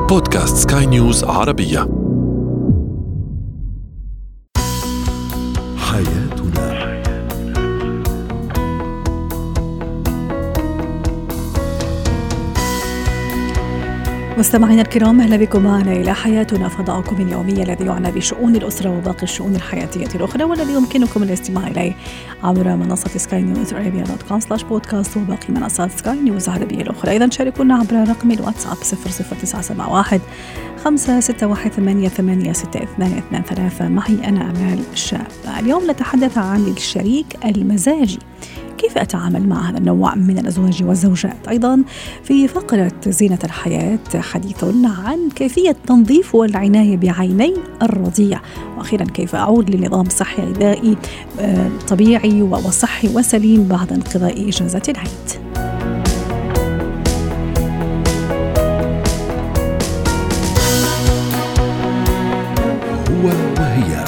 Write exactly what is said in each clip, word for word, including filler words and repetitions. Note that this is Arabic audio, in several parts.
بودكاست سكاي نيوز عربية. حياتنا. مستمعينا الكرام، أهلا بكم معنا إلى حياتنا، فضاؤكم اليومي الذي يعنى بشؤون الأسرة وباقي الشؤون الحياتية الأخرى، والذي يمكنكم الاستماع إليه عبر منصة سكاي نيوز عربية دوت كوم سلاش بودكاست وباقي منصات سكاي نيوز عربية الأخرى. أيضا شاركونا عبر رقم الواتساب صفر صفر تسعة سبعة واحد خمسة ستة واحد ثمانية ثمانية ستة اثنان اثنان ثلاثة. معي أنا أمال الشاب. اليوم نتحدث عن الشريك المزاجي، كيف أتعامل مع هذا النوع من الأزواج والزوجات. أيضا في فقرة زينة الحياة حديث عن كيفية تنظيف والعناية بعيني الرضيع، وأخيرا كيف أعود لنظام صحي غذائي طبيعي وصحي وسليم بعد انقضاء إجازة العيد. هو وهي.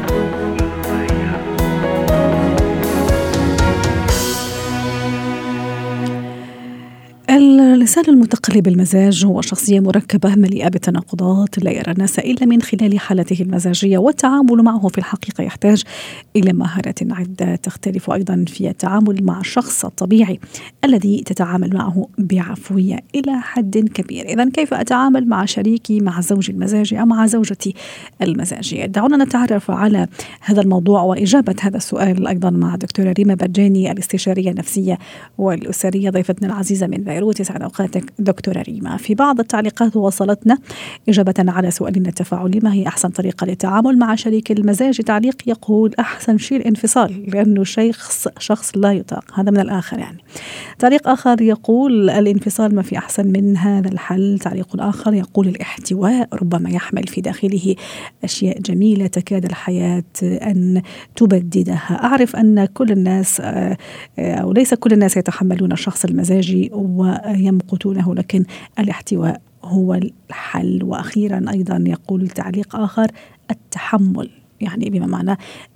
الإنسان المتقلب المزاج هو شخصية مركبة مليئة بالتناقضات، لا يرى الناس إلا من خلال حالته المزاجية، والتعامل معه في الحقيقة يحتاج إلى مهارات عدة تختلف أيضا في التعامل مع الشخص الطبيعي الذي تتعامل معه بعفوية إلى حد كبير. إذن كيف أتعامل مع شريكي، مع زوجي المزاجي أو مع زوجتي المزاجية؟ دعونا نتعرف على هذا الموضوع وإجابة هذا السؤال أيضا مع دكتورة ريما برجاني، الاستشارية النفسية والأسرية، ضيفتنا العزيزة من بيروت. يسعد أوقاتك دكتورة ريما. في بعض التعليقات وصلتنا إجابة على سؤالنا التفاعلي: ما هي أحسن طريقة للتعامل مع شريك المزاج؟ تعليق يقول: أحسن شيء الانفصال، لأنه شخص شخص لا يطاق، هذا من الآخر يعني. تعليق آخر يقول: الانفصال ما في أحسن من هذا الحل. تعليق آخر يقول: الاحتواء ربما يحمل في داخله أشياء جميلة تكاد الحياة أن تبددها. أعرف أن كل الناس أو ليس كل الناس يتحملون الشخص المزاجي ويمقتونه، لكن الاحتواء هو الحل. وأخيرا أيضا يقول تعليق آخر: التحمل، يعني بما معنى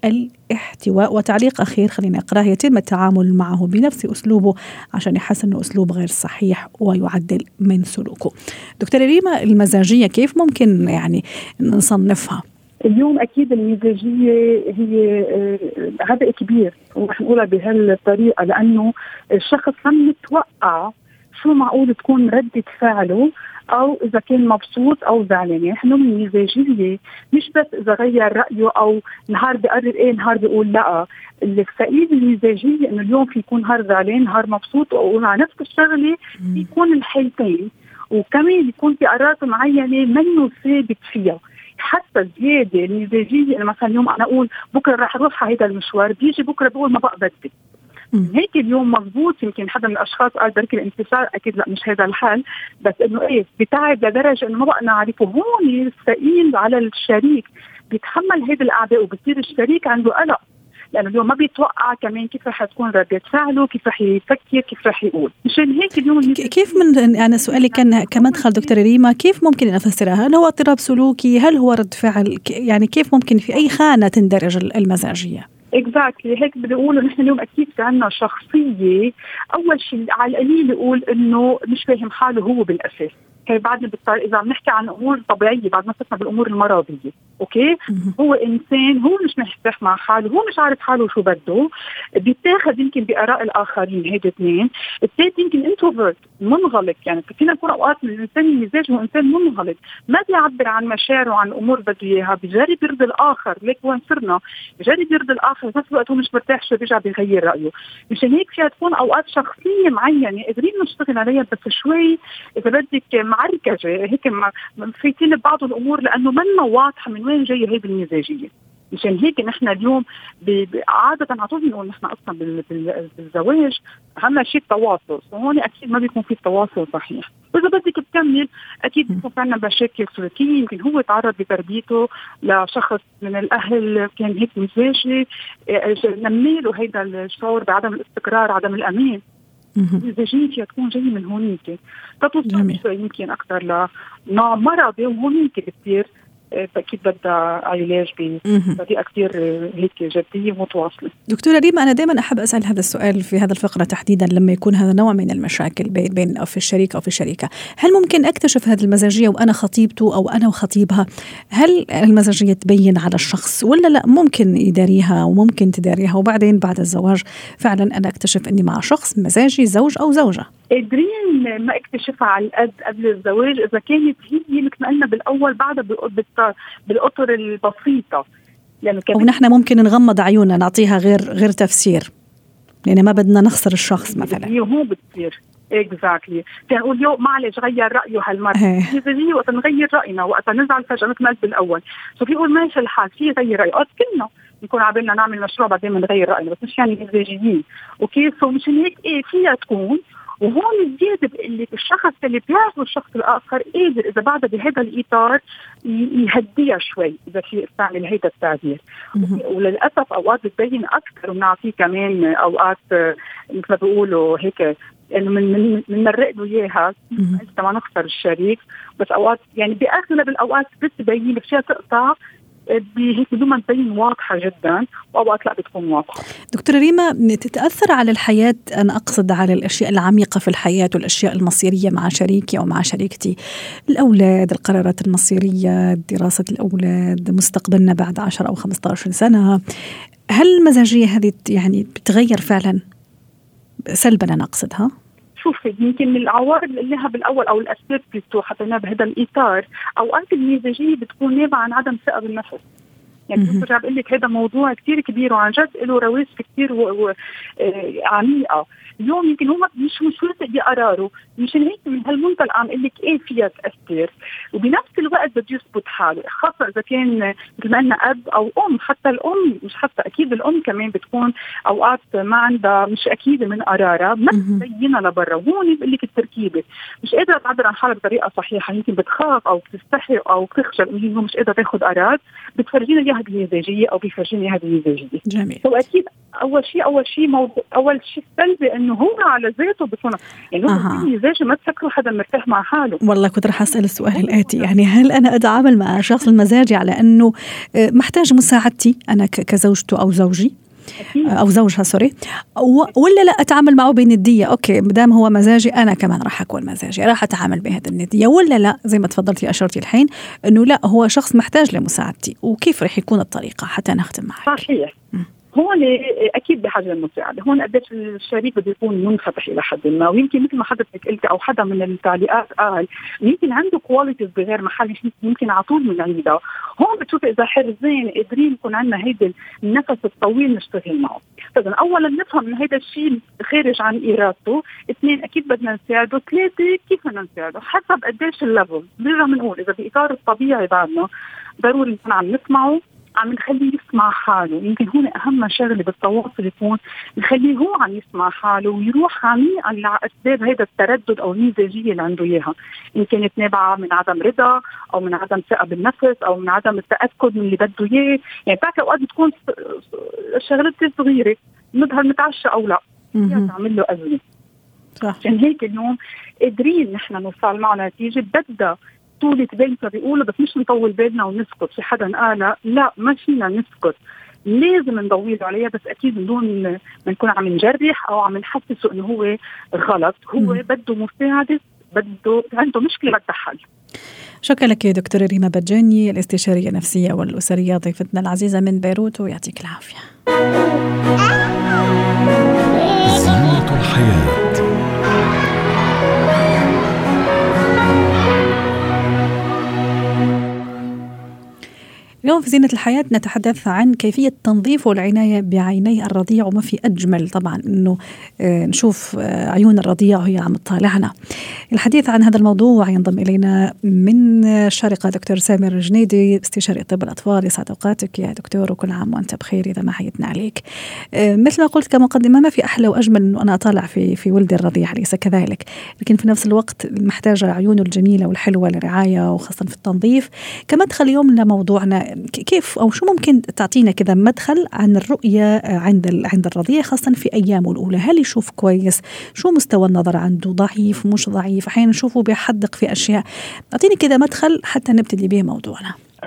الاحتواء. وتعليق أخير خلينا نقرأه: يتم التعامل معه بنفس أسلوبه عشان يحس أنه أسلوب غير صحيح ويعدل من سلوكه. دكتورة ريما، المزاجية كيف ممكن يعني نصنفها؟ اليوم أكيد المزاجية هي عبء كبير، ورح نقولها بهالطريقة لأنه الشخص لم يتوقع شو معقول تكون ردة فعله، أو إذا كان مبسوط أو زعلان. نحن من المزاجية مش بس إذا غير رأيه أو نهار بقرر إيه نهار بيقول لا. الفائدة المزاجية إنه اليوم في يكون نهار زعلان نهار مبسوط، ومع نفس الشغلة يكون الحالتين، وكمان يكون في قرارات معينة منه ثابت فيها. حتى زيادة المزاجية، مثلا اليوم أنا أقول بكرة راح أروح على هذا المشوار، بيجي بكرة بقول ما بقى بدي. هيك اليوم مضبوط. يمكن حدا من الأشخاص قال بركي الانفصال، أكيد لا مش هذا الحال، بس إنه إيه بتعب لدرجة إنه ما بقى نعرفه. هون الثقيل على الشريك بيتحمل هذه الأعباء، وبصير الشريك عنده قلق لأنه اليوم ما بيتوقع كمان كيف رح تكون ردة فعله، كيف رح يفكر، كيف رح يقول. مشان هيك اليوم كيف من أنا سؤالي كان كمدخل دكتورة ريما، كيف ممكن أن أفسرها؟ هل هو اضطراب سلوكي؟ هل هو رد فعل؟ يعني كيف ممكن في أي خانة تندرج المزاجية؟ اكزاكتلي هيك بدي اقول. نحن اليوم اكيد في عنا شخصيه اول شيء على القليل يقول انه مش فاهم حاله هو بالاساس. هي بعدنا بالطريق اذا بنحكي عن امور طبيعيه، بعد ما فتنا بالامور المرضيه. اوكي هو انسان، هو مش مرتاح مع حاله، هو مش عارف حاله شو بده، بيتاخذ يمكن باراء الاخرين. هيدا اثنين. الثالث يمكن انتروفيرت، منغلق. يعني فينا نكون اوقات من الانسان المزاج هو انسان منغلق، ما بيعبر عن مشاعره وعن امور بده اياها، بيجرب يرضي الاخر. ليك وين صرنا بيجرب يرضي الاخر، بس الوقت هو مش مرتاح شو بيرجع بيغير رايه. مشان هيك فيها تكون اوقات شخصيه معينه قادرين نشتغل عليها، بس شوي اذا بدك معركجه هيك فيتين ببعض الامور، لانه منا واضحه من وين جايه هي المزاجيه. مشان هيك نحن اليوم عادة عطولنا نقول نحن أصلا بالزواج أهم شيء التواصل، وهون أكيد ما بيكون في التواصل صحيح. وإذا بدك تكمل أكيد بيكون عندنا مشاكل سلوكية. يمكن هو تعرض بتربيته لشخص من الأهل كان هيك مزاجي، نميله هيدا الشعور بعدم الاستقرار، عدم الأمان. المزاجية فيها تكون جاية من هونيك، فتوصل يمكن أكثر لنوع مرضي، وهونيك بتصير أكيد بدها علاج بطريقة كتير هيك جدية ومتواصلة. دكتورة ريما، أنا دائما أحب أسأل هذا السؤال في هذا الفقرة تحديدا لما يكون هذا نوع من المشاكل بين بين أو في الشريك أو في الشريكة. هل ممكن أكتشف هذه المزاجية وأنا خطيبته أو أنا وخطيبها؟ هل المزاجية تبين على الشخص ولا لا ممكن يداريها وممكن تداريها وبعدين بعد الزواج فعلا أنا أكتشف أني مع شخص مزاجي زوج أو زوجة؟ قادرين ما اكتشفها على القد قبل الزواج إذا كانت هي مثل ما قلنا بالأول بعدها بالأطر البسيطة، يعني ونحن ممكن نغمض عيوننا نعطيها غير غير تفسير لأن ما بدنا نخسر الشخص مثلا. هي هو بتصير اكزاكتلي تنقول يو معلش غير رأيه هالمرة هي وقت نغير رأينا وقت نزعل فجأة مثل ما قلت بالأول شو بيقول ماشي الحال في غير رأيه قد كلنا نكون عبالنا نعمل مشروع بعدين بنغير رأينا بس مش يعني مزاجيين وكيف ومشان هيك ايه فيها تكون. وهون الزيادة اللي الشخص اللي بيعرفه الشخص الآخر قادر إذا بعد بهذا الإطار يهديها شوي إذا في استعمل هيدا التعبير. وللأسف أوقات بتبين أكثر ونعطيه كمان أوقات مثل ما بيقولوا هيك يعني من من منمرق له إياها إنت ما نخسر الشريك بس أوقات يعني بأغلب الأوقات بتبين بشيء تقطع بهيك بدون ما تبين واضحة جدا وأوقات لا بتكون واضحة. دكتورة ريما، تتأثر على الحياة، أنا أقصد على الأشياء العميقة في الحياة والأشياء المصيرية مع شريكي أو مع شريكتي، الأولاد، القرارات المصيرية، دراسة الأولاد، مستقبلنا بعد عشر أو خمسة عشر سنة، هل المزاجية هذه يعني بتغير فعلا سلبا أنا أقصدها؟ شوفي يمكن من العوارض اللي لها بالاول او الاسباب اللي حطيناها بهذا الاطار اوقات المزاجيه بتكون نابعه عن عدم ثقه بالنفس. يعني برجع بقول لك هذا موضوع كتير كبير وعن جد له رواسب كتير و... و... عميقه. اليوم يمكن هو مش مش واثق بقراره مشان هيك من هالمنطلق عم اقول لك ايه فيها تاثير وبنفس الوقت بده يثبت حاله خاصه اذا كان مثل ما قلنا اب او ام. حتى الام مش حتى اكيد الام كمان بتكون اوقات ما عندها مش اكيده من قرارها ما تبينها لبرا. وهون بقول لك التركيبه مش قادره تعبر عن حالها بطريقه صحيحه يمكن بتخاف او بتستحي او بتخجل انه مش قادره تاخذ قرار بتفرجينا اياها بالمزاجيه او بيفرجينا اياها بالمزاجيه. جميل. واكيد اول شيء اول شيء موضوع اول شيء سلبي انه هو على ذاته بيكون يعني هو أه. مزاجي ما تفكروا حدا مرتاح مع حاله. والله كنت رح اسال السؤال الاتي، يعني هل انا اتعامل مع شخص المزاجي على انه محتاج مساعدتي انا كزوجته او زوجي أكيد. او زوجها سوري ولا لا اتعامل معه بنديه؟ اوكي مدام هو مزاجي انا كمان راح اكون مزاجي راح اتعامل بهذا النديه، ولا لا زي ما تفضلتي اشرتي الحين انه لا هو شخص محتاج لمساعدتي وكيف رح يكون الطريقه حتى نختم معك؟ صحيح. م. هون اكيد بحاجه للمساعده. هون قديش الشريك بده يكون منفتح الى حد ما ويمكن مثل ما حضرتك قلتي او حدا من التعليقات قال يمكن عنده كواليتيز بغير محل يمكن على طول من عندها. هون بتشوفي اذا حرزين قادرين يكون عندنا هيدا النفس الطويل نشتغل معه. طبعا اولا نفهم ان هيدا الشيء خارج عن ارادته، اثنين اكيد بدنا نساعده، ثلاثه كيف بدنا نساعده حسب قديش الليفل. بنرجع بنقول اذا باطار الطبيعي بعدنا ضروري نكون عم نسمعه عم نخليه يسمع حاله. يمكن هون أهم شغلة بالتواصل يكون نخليه هو عم يسمع حاله ويروح عميق على أسباب هذا التردد أو المزاجية اللي عنده إياها، إن كانت نابعة من عدم رضا أو من عدم ثقة بالنفس أو من عدم التأكد من اللي بده إياه. يعني بعد أوقات بتكون الشغلات صغيرة نظهر متعشى أو لا تعمل له أزمة. عشان هيك اليوم قادرين نحن نوصل معه نتيجة بدها طولة بال بيقولوا بس مش نطول بالنا ونسكت. في حدا قال لا ما فينا نسكت لازم نضوي له عليها بس اكيد بدون ما نكون عم نجرح او عم نحسسه انه هو غلط. هو م- بده مساعده بده عنده مشكله بدها حل. شكرا لك يا دكتورة ريما بجاني الاستشارية النفسية والأسرية ضيفتنا العزيزة من بيروت ويعطيك العافية. زينة الحياة. اليوم في زينة الحياة نتحدث عن كيفية تنظيف والعناية بعيني الرضيع، وما في أجمل طبعا أنه نشوف عيون الرضيع وهي عم تطالعنا. الحديث عن هذا الموضوع ينضم إلينا من الشارقة دكتور سامر الجنيدي استشاري طب الأطفال. يسعد أوقاتك يا دكتور وكل عام وأنت بخير إذا ما حيتنا عليك. مثل ما قلت كمقدمة ما في أحلى وأجمل أنه أنا أطالع في في ولد الرضيع، ليس كذلك، لكن في نفس الوقت محتاجة عيونه الجميلة والحلوة لرعاية وخاصة في التنظيف. كمدخل يوم لموضوعنا كيف أو شو ممكن تعطينا كذا مدخل عن الرؤية عند عند الرضيع خاصة في أيامه الأولى؟ هل يشوف كويس؟ شو مستوى النظر عنده؟ ضعيف مش ضعيف؟ أحيانا نشوفه بيحدق في أشياء. أعطيني كذا مدخل حتى نبتدي به موضوعنا.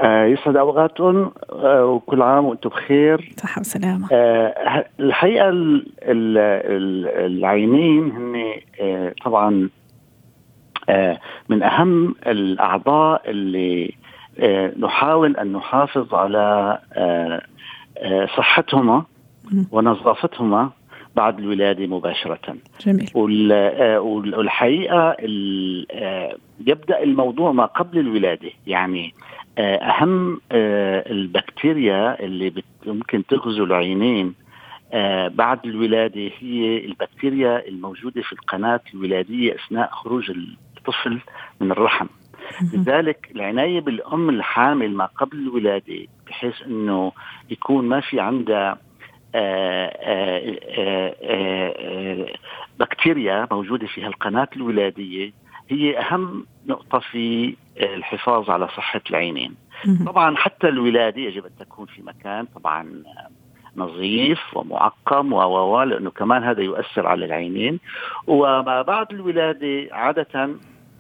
آه يسعد أوقاتكم آه وكل عام وأنتم بخير. صحة وسلامة. آه الحقيقة ال ال ال العينين هن آه طبعا آه من أهم الأعضاء اللي آه نحاول أن نحافظ على آه آه صحتهما ونظافتهما بعد الولادة مباشرة. جميل. والحقيقة يبدأ الموضوع ما قبل الولادة، يعني أهم البكتيريا اللي ممكن تغزو العينين بعد الولادة هي البكتيريا الموجودة في القناة الولادية أثناء خروج الطفل من الرحم. لذلك العناية بالأم الحامل ما قبل الولادة بحيث أنه يكون ما في عندها آآ آآ آآ بكتيريا موجودة في القناة الولادية هي أهم نقطة في الحفاظ على صحة العينين. طبعا حتى الولادة يجب أن تكون في مكان طبعا نظيف ومعقم و لأنه كمان هذا يؤثر على العينين. وما بعد الولادة عادة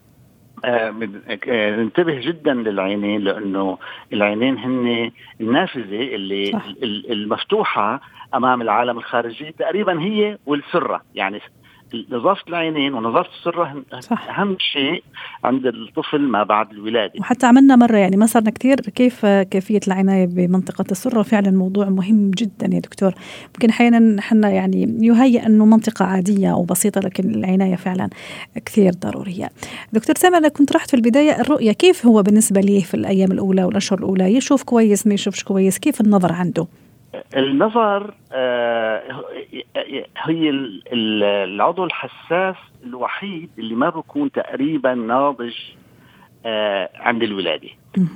ننتبه جدا للعينين، لأنه العينين هن النافذة اللي صح. المفتوحة أمام العالم الخارجي تقريبا هي والسرة، يعني نظافة العينين ونظافة السرة أهم شيء عند الطفل ما بعد الولادة. وحتى عملنا مرة يعني ما صارنا كتير كيف كيفية العناية بمنطقة السرة، فعلا موضوع مهم جدا يا دكتور. ممكن أحيانا حنا يعني يهيأ أنه منطقة عادية أو بسيطة، لكن العناية فعلا كثير ضرورية. دكتور سامر، أنا كنت رحت في البداية الرؤية كيف هو بالنسبة ليه في الأيام الأولى والأشهر الأولى؟ يشوف كويس ما يشوفش كويس؟ كيف النظر عنده؟ النظر آه هي العضو الحساس الوحيد اللي ما بيكون تقريبا ناضج آه عند الولادة،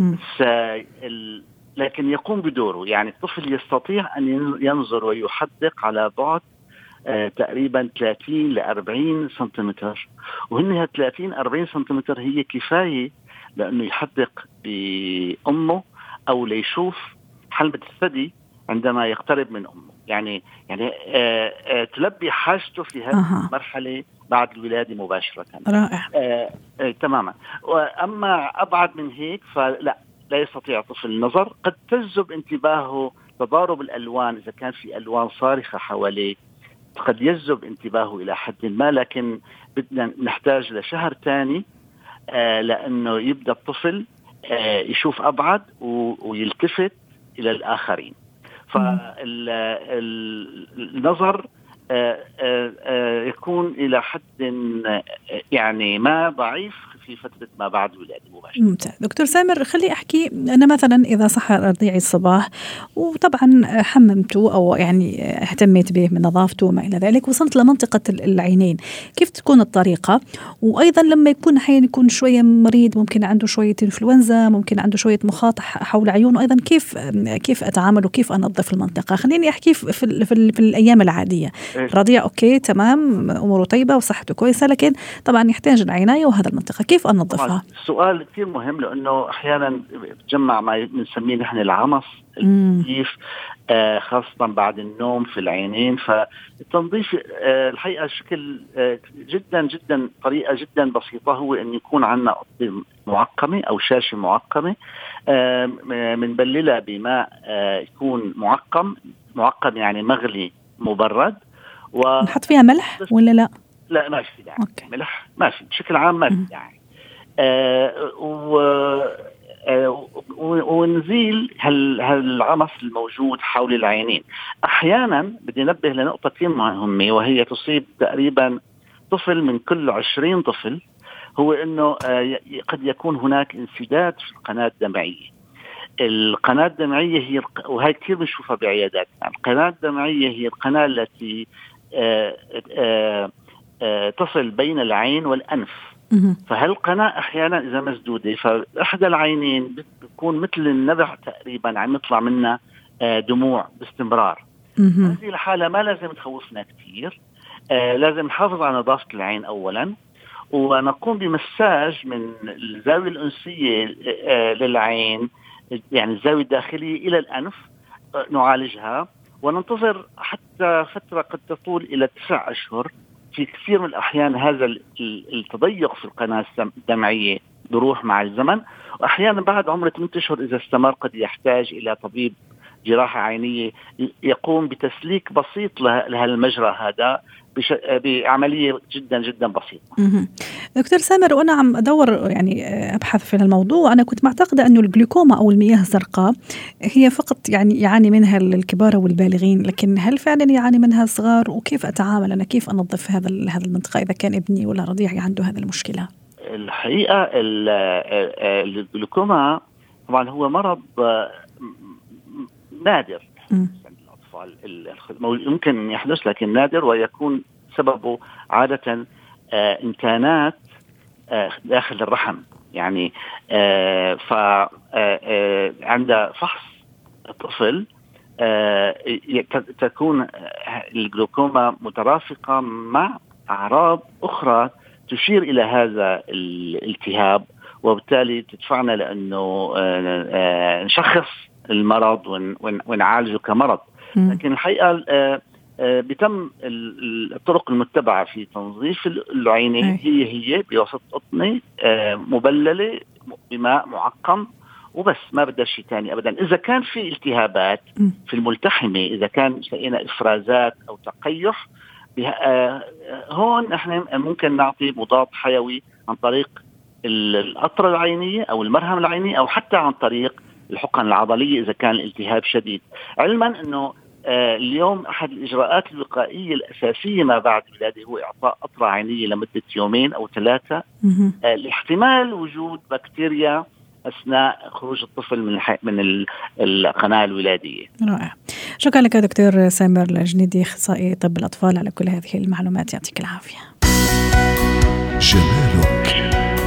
لكن يقوم بدوره. يعني الطفل يستطيع أن ينظر ويحدق على بعد آه تقريبا ثلاثين لأربعين سنتيمتر، وهن ثلاثين أربعين سنتيمتر هي كفاية لأنه يحدق بأمه أو ليشوف حلبة الثدي عندما يقترب من أمه. يعني يعني آآ آآ تلبي حاجته في هذه أه. المرحلة بعد الولادة مباشرة. رائع. آآ آآ تماما. وأما أبعد من هيك فلا لا يستطيع الطفل النظر. قد تجذب انتباهه تضارب الألوان، إذا كان في ألوان صارخة حواليه قد يجذب انتباهه إلى حد ما، لكن بدنا نحتاج لشهر ثاني لأنه يبدأ الطفل يشوف أبعد ويلتفت إلى الآخرين. فالنظر يكون إلى حد يعني ما ضعيف في فترة ما بعد الولادة مباشرة. ممتاز. دكتور سامر، خلي أحكي أنا مثلا إذا صح رضيعي الصباح وطبعا حممته أو يعني اهتميت به من نظافته وما إلى ذلك، وصلت لمنطقة العينين، كيف تكون الطريقة؟ وأيضا لما يكون أحيانا يكون شوية مريض، ممكن عنده شوية إنفلونزا، ممكن عنده شوية مخاط حول عيونه، أيضا كيف كيف أتعامل وكيف أنظف المنطقة؟ خليني أحكي في, في, في, في الأيام العادية. رضيع أوكي تمام، أموره طيبة وصحته كويسة، لكن طبعا يحتاج العناية وهذا المنطقة كيف أنظفها؟ السؤال كثير مهم، لأنه أحيانا بتجمع ما بنسميه نحن العمص الكيف آه خاصة بعد النوم في العينين. فالتنظيف آه الحقيقة شكل آه جدا جدا طريقة جدا بسيطة، هو أن يكون عندنا قطة معقمة أو شاشة معقمة آه منبللها بماء آه يكون معقم معقم يعني مغلي مبرد، ونحط فيها ملح ولا لا؟ لا ما في داعي. ملح ما في بشكل عام ما في داعي. آه و آه ونزيل هالعمص الموجود حول العينين. أحيانا بدي نبه لنقطة كثير مهمة، وهي تصيب تقريبا طفل من كل عشرين طفل، هو أنه آه قد يكون هناك انسداد في القناة الدمعية. القناة الدمعية هي، وهي كثير بنشوفها بعياداتنا، القناة الدمعية هي القناة التي آه آه آه تصل بين العين والأنف. فهالقناة أحيانا إذا مسدودة فإحدى العينين بتكون مثل النبع تقريبا عم يطلع منها دموع باستمرار. هذه الحالة ما لازم تخوفنا كتير. آه لازم نحافظ على نظافة العين أولا، ونقوم بمساج من الزاوية الأنسية آه للعين، يعني الزاوية الداخلية إلى الأنف، آه نعالجها وننتظر حتى فترة قد تطول إلى تسع أشهر. في كثير من الأحيان هذا التضيق في القناة الدمعية بروح مع الزمن. وأحيانا بعد عمر ثمانية أشهر إذا استمر قد يحتاج إلى طبيب جراحة عينية يقوم بتسليك بسيط لهالمجرى هذا بعملية جدا جدا بسيطة. دكتور سامر، وأنا عم أدور يعني أبحث في الموضوع، أنا كنت معتقدة أنه الجلوكوما أو المياه الزرقاء هي فقط يعني يعاني منها الكبار والبالغين، لكن هل فعلا يعاني منها الصغار؟ وكيف أتعامل أنا، كيف أنظف هذا هذا المنطقة إذا كان ابني ولا رضيعي عنده هذه المشكلة؟ الحقيقة الجلوكوما طبعا هو مرض نادر عند الأطفال، يمكن يحدث لكن نادر، ويكون سببه عادة إمكانات داخل الرحم. يعني فعند فحص الطفل تكون الجلوكوما مترافقة مع أعراض أخرى تشير إلى هذا الالتهاب، وبالتالي تدفعنا لأنه نشخص المرض ونعالجه كمرض. لكن الحقيقة بتم الطرق المتبعة في تنظيف العينين هي هي بوسط قطني مبللة بماء معقم وبس، ما بدها شيء تاني أبدا. إذا كان في التهابات في الملتحمة، إذا كان لقينا إفرازات أو تقيح، هون احنا ممكن نعطي مضاد حيوي عن طريق القطرة العينية أو المرهم العيني، أو حتى عن طريق الحقن العضلية إذا كان الالتهاب شديد. علما أنه آه اليوم أحد الإجراءات الوقائية الأساسية ما بعد الولادة هو إعطاء قطرة عينية لمدة يومين أو ثلاثة آه لاحتمال وجود بكتيريا أثناء خروج الطفل من من القناة الولادية. رائع. شكرا لك دكتور سامر الجنيدي، أخصائي طب الأطفال، على كل هذه المعلومات. يعطيك العافية. جمالك.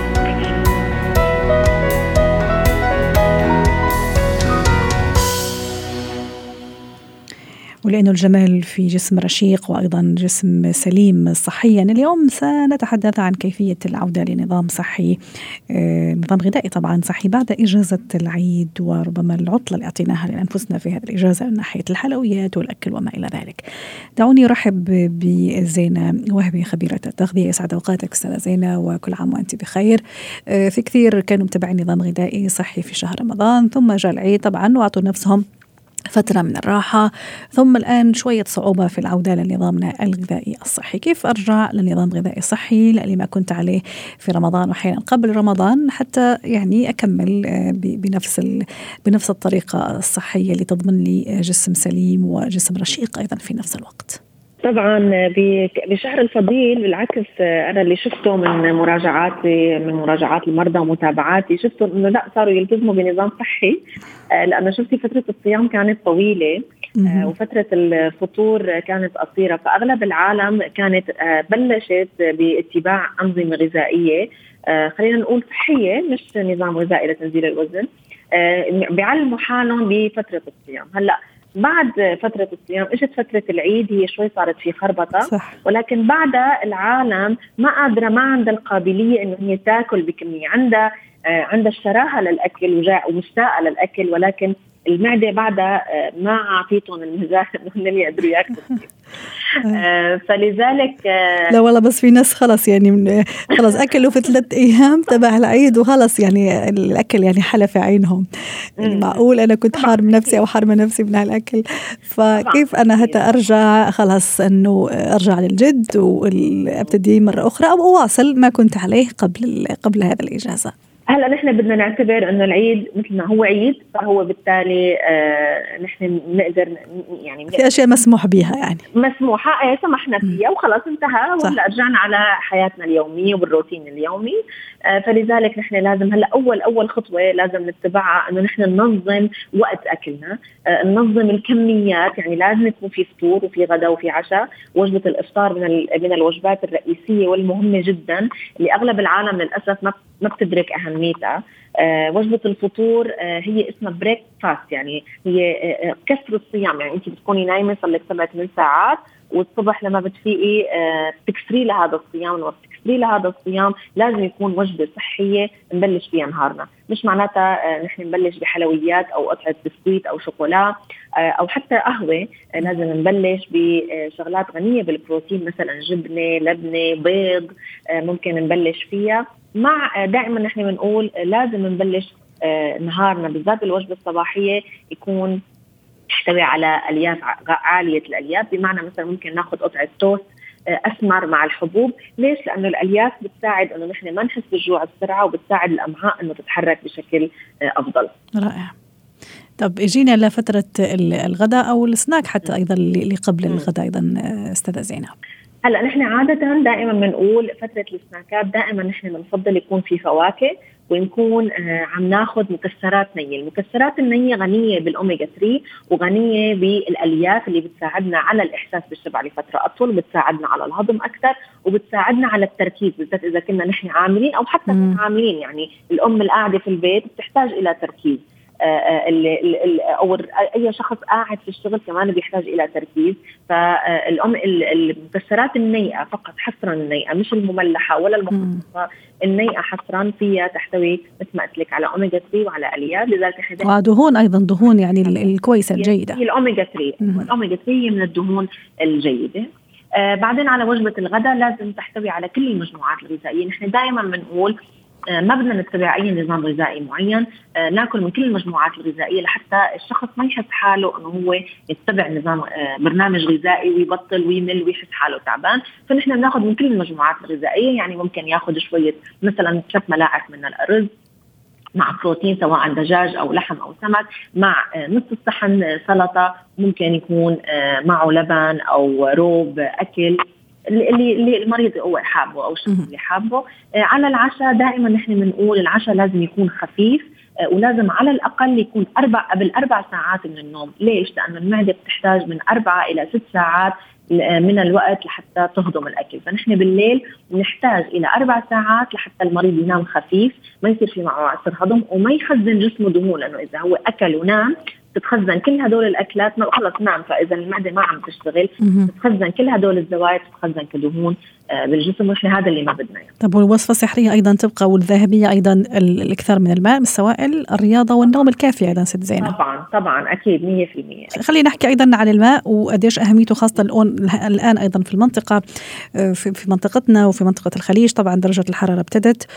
ولأنه الجمال في جسم رشيق وأيضا جسم سليم صحيا، اليوم سنتحدث عن كيفية العودة لنظام صحي، نظام غذائي طبعا صحي بعد إجازة العيد، وربما العطلة اللي أعطيناها لأنفسنا في هذه الإجازة من ناحية الحلويات والأكل وما إلى ذلك. دعوني أرحب بزينة وهبي، خبيرة التغذية. يسعد أوقاتك أستاذة زينة، وكل عام وأنت بخير. في كثير كانوا متابعين نظام غذائي صحي في شهر رمضان، ثم جاء العيد طبعا وأعطوا نفسهم فترة من الراحة، ثم الآن شوية صعوبة في العودة لنظامنا الغذائي الصحي. كيف أرجع لنظام غذائي صحي اللي ما كنت عليه في رمضان وحين قبل رمضان، حتى يعني أكمل بنفس بنفس الطريقة الصحية اللي تضمن لي جسم سليم وجسم رشيق أيضا في نفس الوقت؟ طبعا بشهر الفضيل بالعكس، أنا اللي شفته من مراجعاتي من مراجعات المرضى ومتابعاتي، شفته إنه لا صاروا يلتزموا بنظام صحي، لأنه شفتي فترة الصيام كانت طويلة وفترة الفطور كانت قصيرة، فأغلب العالم كانت بلشت باتباع أنظمة غذائية خلينا نقول صحية، مش نظام غذائي لتنزيل الوزن، بيعلموا حالهم بفترة الصيام. هلأ بعد فترة الصيام اجت فترة العيد، هي شوي صارت في خربطة صح. ولكن بعدها العالم ما قادرة، ما عندها القابلية انه هي تاكل بكمية، عندها آه عندها الشراهة للأكل وجاء ومشتاقة للأكل، ولكن المعدة بعدها آه ما عطيتهم المزاج انهم يقدروا ياكلوا. آه فلذلك آه لا والله، بس في ناس خلص يعني خلص أكلوا في ثلاث أيام تبع العيد وخلص، يعني الأكل يعني حلى في عينهم. يعني معقول أنا كنت حارم نفسي أو حارمة نفسي من الأكل، فكيف أنا هتا أرجع خلاص أنه أرجع للجد وأبتدي مرة أخرى أو أواصل ما كنت عليه قبل قبل هذا الإجازة؟ هلا نحن بدنا نعتبر انه العيد مثل ما هو عيد، فهو بالتالي آه نحن نقدر يعني في اشياء مسموح بها، يعني مسموحه آه سمحنا فيها وخلاص انتهى، وهلا رجعنا على حياتنا اليوميه والروتين اليومي. آه فلذلك نحن لازم هلا اول اول خطوه لازم نتبعها انه نحن ننظم وقت اكلنا، آه ننظم الكميات، يعني لازم يكون في فطور وفي غداء وفي عشاء. وجبه الافطار من من الوجبات الرئيسيه والمهمه جدا اللي اغلب العالم للاسف ما ما بتدرك أهميتها. آه وجبة الفطور آه هي اسمها بريك فاست، يعني هي آه كسر الصيام، يعني أنت بتكوني نايمة صار لك سبعة ثمان ساعات والصبح لما بتفيقي آه تكسري لهذا الصيام، لما بتكسري لهذا الصيام لازم يكون وجبة صحية نبلش فيها نهارنا. مش معناتها آه نحن نبلش بحلويات أو قطعة بسكويت أو شوكولا آه أو حتى قهوة، آه لازم نبلش بشغلات غنية بالبروتين، مثلا جبنة، لبنة، بيض، آه ممكن نبلش فيها. مع دائما نحن بنقول لازم نبلش نهارنا بالذات الوجبة الصباحية يكون يحتوي على ألياف عالية الألياف، بمعنى مثلا ممكن ناخذ قطعة توست أسمر مع الحبوب. ليش؟ لأنه الألياف بتساعد أنه نحن ما نحس بالجوع بسرعة، وبتساعد الأمعاء أنه تتحرك بشكل أفضل. رائع. طب اجينا لفترة الغداء أو السناك حتى أيضا اللي قبل الغداء أيضا أستاذة زينب. هلا نحن عادة دائما بنقول فترة السناكات دائما نحن بنفضل يكون في فواكه، ونكون آه عم ناخذ مكسرات نية. المكسرات النية غنية بالأوميجا ثلاثة وغنية بالألياف اللي بتساعدنا على الإحساس بالشبع لفترة أطول، وبتساعدنا على الهضم أكثر، وبتساعدنا على التركيز بالذات إذا كنا نحن عاملين أو حتى مش عاملين. يعني الأم القاعدة في البيت بتحتاج إلى تركيز، أو أي شخص قاعد في الشغل كمان بيحتاج إلى تركيز. فالأم المكسرات النيئة فقط حصرا النيئة، مش المملحة ولا المخففة، النيئة حصرا فيها تحتوي مثل ما قلت لك على أوميجا ثلاثة وعلى ألياف، لذلك ودهون أيضا دهون يعني الكويسة الجيدة. هي الأوميجا ثلاثة والأوميجا ثلاثة هي من الدهون الجيدة. آه بعدين على وجبة الغداء لازم تحتوي على كل المجموعات الغذائية. نحن دائما بنقول ما بدنا نتبع أي نظام غذائي معين، ناكل من كل المجموعات الغذائية لحتى الشخص ما يحس حاله أنه هو يتبع نظام برنامج غذائي ويبطل ويمل ويحس حاله تعبان. فنحن ناخذ من كل المجموعات الغذائية، يعني ممكن ياخذ شوية مثلا ثلاث ملاعق من الأرز مع بروتين سواء دجاج أو لحم أو سمك، مع نص الصحن سلطة، ممكن يكون معه لبن أو روب أكل اللي اللي المريض هو حابه أو الشخص اللي حابه. على العشاء دائما نحن بنقول العشاء لازم يكون خفيف، ولازم على الأقل يكون أربع قبل أربع ساعات من النوم. ليش؟ لأن المعدة بتحتاج من أربعة إلى ست ساعات من الوقت لحتى تهضم الأكل. فنحن بالليل نحتاج إلى أربع ساعات لحتى المريض ينام خفيف، ما يصير في معه عسر هضم، وما يخزن جسمه دهون، لأنه إذا هو أكل ونام تتخزن كل هدول الأكلات ما خلص نام، فإذا المعدة ما عم تشتغل تتخزن كل هدول الزوايد تتخزن كدهون بالجسم، وإحنا هذا اللي ما بدنا. طب والوصفة السحرية أيضا تبقى والذهبية أيضا الأكثر من الماء، السوائل، الرياضة والنوم الكافي أيضا ست زينب. طبعا طبعا أكيد مية في المية. خلينا نحكي أيضا عن الماء وقديش أهميته خاصة الآن أيضا في المنطقة في منطقتنا وفي منطقة الخليج. طبعا درجة الحرارة ابتدت،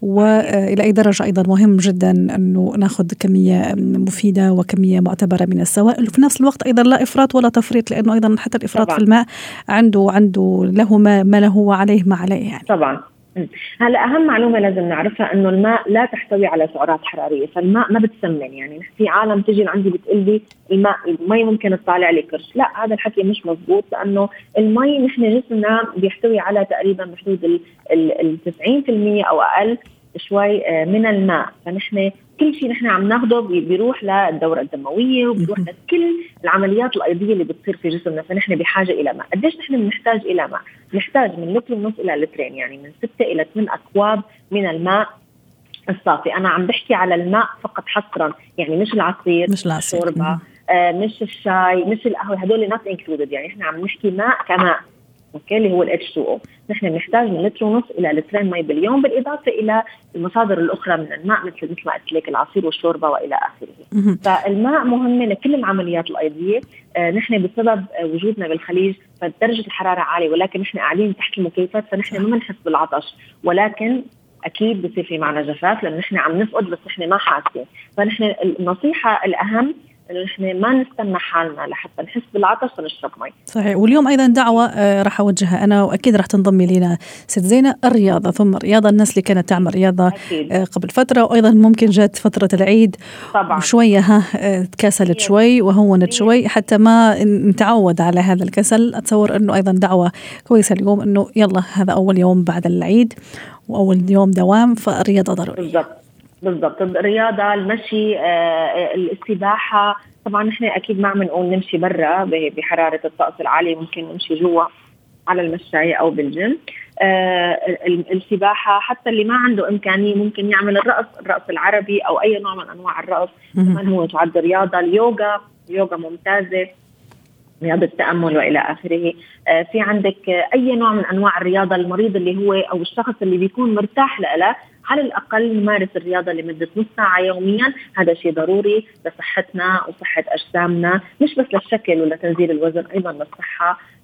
وإلى أي درجة أيضا مهم جدا أنه نأخذ كمية مفيدة وكمية معتبرة من السوائل، وفي نفس الوقت أيضا لا إفراط ولا تفريط، لأنه أيضا حتى الإفراط طبعا في الماء عنده عنده له ما, ما له وعليه ما عليه يعني. طبعا. هلا أهم معلومة لازم نعرفها إنه الماء لا تحتوي على سعرات حرارية، فالماء ما بتسمن. يعني في عالم تجي عندي بتقلي الماء المي ممكن تطالع لي كرش، لا هذا الحكي مش مزبوط، لأنه المي نحن جسمنا بيحتوي على تقريبا بحدود ال تسعين بالمية أو أقل شوي من الماء. فنحن كل شيء نحن عم ناخده بيروح للدورة الدموية وبيروح لكل العمليات الأيضية اللي بتصير في جسمنا. فنحن بحاجة إلى ماء. قديش نحن بنحتاج إلى ماء؟ نحتاج من لتر ونص إلى لترين، يعني من ستة إلى ثمان أكواب من الماء الصافي. أنا عم بحكي على الماء فقط حصرا، يعني مش العصير، مش العصير، الشوربة، آه مش الشاي، مش القهوة، هدول not included. يعني إحنا عم نحكي ماء كماء، اوكي، اللي هو ال إتش تو أو. نحن بنحتاج من لتر ونص الى لترين مي باليوم، بالاضافه الى المصادر الاخرى من الماء مثل مثل ما قلت لك العصير والشوربه والى اخره. فالماء مهم لكل العمليات الايضيه. آه نحن بسبب وجودنا بالخليج فدرجه الحراره عاليه، ولكن نحن قاعدين تحت المكيفات، فنحن ما بنحس بالعطش، ولكن اكيد بصير في معنا جفاف لان نحن عم نفقد بس نحن ما حاسين. فنحن النصيحه الاهم إنه نحن ما نستنى حالنا لحتى نحس بالعطش ونشرب مي. صحيح. واليوم أيضا دعوة آه راح أوجهها أنا وأكيد راح تنضمي لنا ست زينة، الرياضة ثم الرياضة. الناس اللي كانت تعمل رياضة آه قبل فترة وأيضا ممكن جات فترة العيد طبعا وشوية ها آه تكاسلت شوي وهونت شوي حتى ما نتعود على هذا الكسل. أتصور أنه أيضا دعوة كويسة اليوم أنه يلا هذا أول يوم بعد العيد وأول يوم دوام، فالرياضة ضرورية. بالضبط بالضبط. الرياضة، المشي، آه، السباحة. طبعا نحن أكيد ما عم نقول نمشي برا بحرارة الطقس العالية، ممكن نمشي جوا على المشاية أو بالجيم. آه، السباحة، حتى اللي ما عنده إمكانية ممكن يعمل الرقص الرقص العربي أو أي نوع من أنواع الرقص، كمان هو تعد رياضة. اليوغا يوغا ممتازة، رياضة التأمل وإلى آخره. آه في عندك آه أي نوع من أنواع الرياضة، المريض اللي هو أو الشخص اللي بيكون مرتاح له على الأقل نمارس الرياضة لمدة نص ساعة يوميا. هذا شيء ضروري لصحتنا وصحة أجسامنا، مش بس للشكل ولا تنزيل الوزن، أيضا للصحة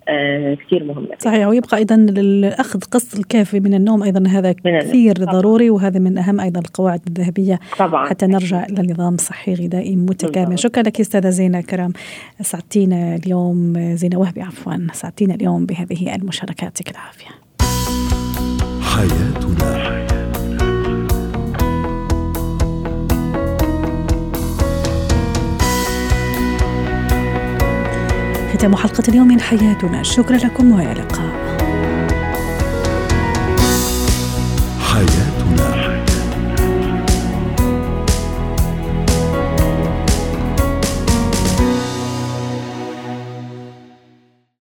آه كثير مهمة. صحيح. ويبقى أيضا الأخذ قسط الكافي من النوم أيضا هذا كثير ضروري، وهذا من أهم أيضا القواعد الذهبية طبعا حتى نرجع إلى نظام صحي غذائي متكامل. شكرا لك أستاذة زينة كرام، سعدتينا اليوم، زينة وهبي عفوا، سعدتينا اليوم بهذه المشاركات. يعطيك العافية. حياتنا. ختام حلقة اليوم من حياتنا، شكرا لكم وإلى اللقاء.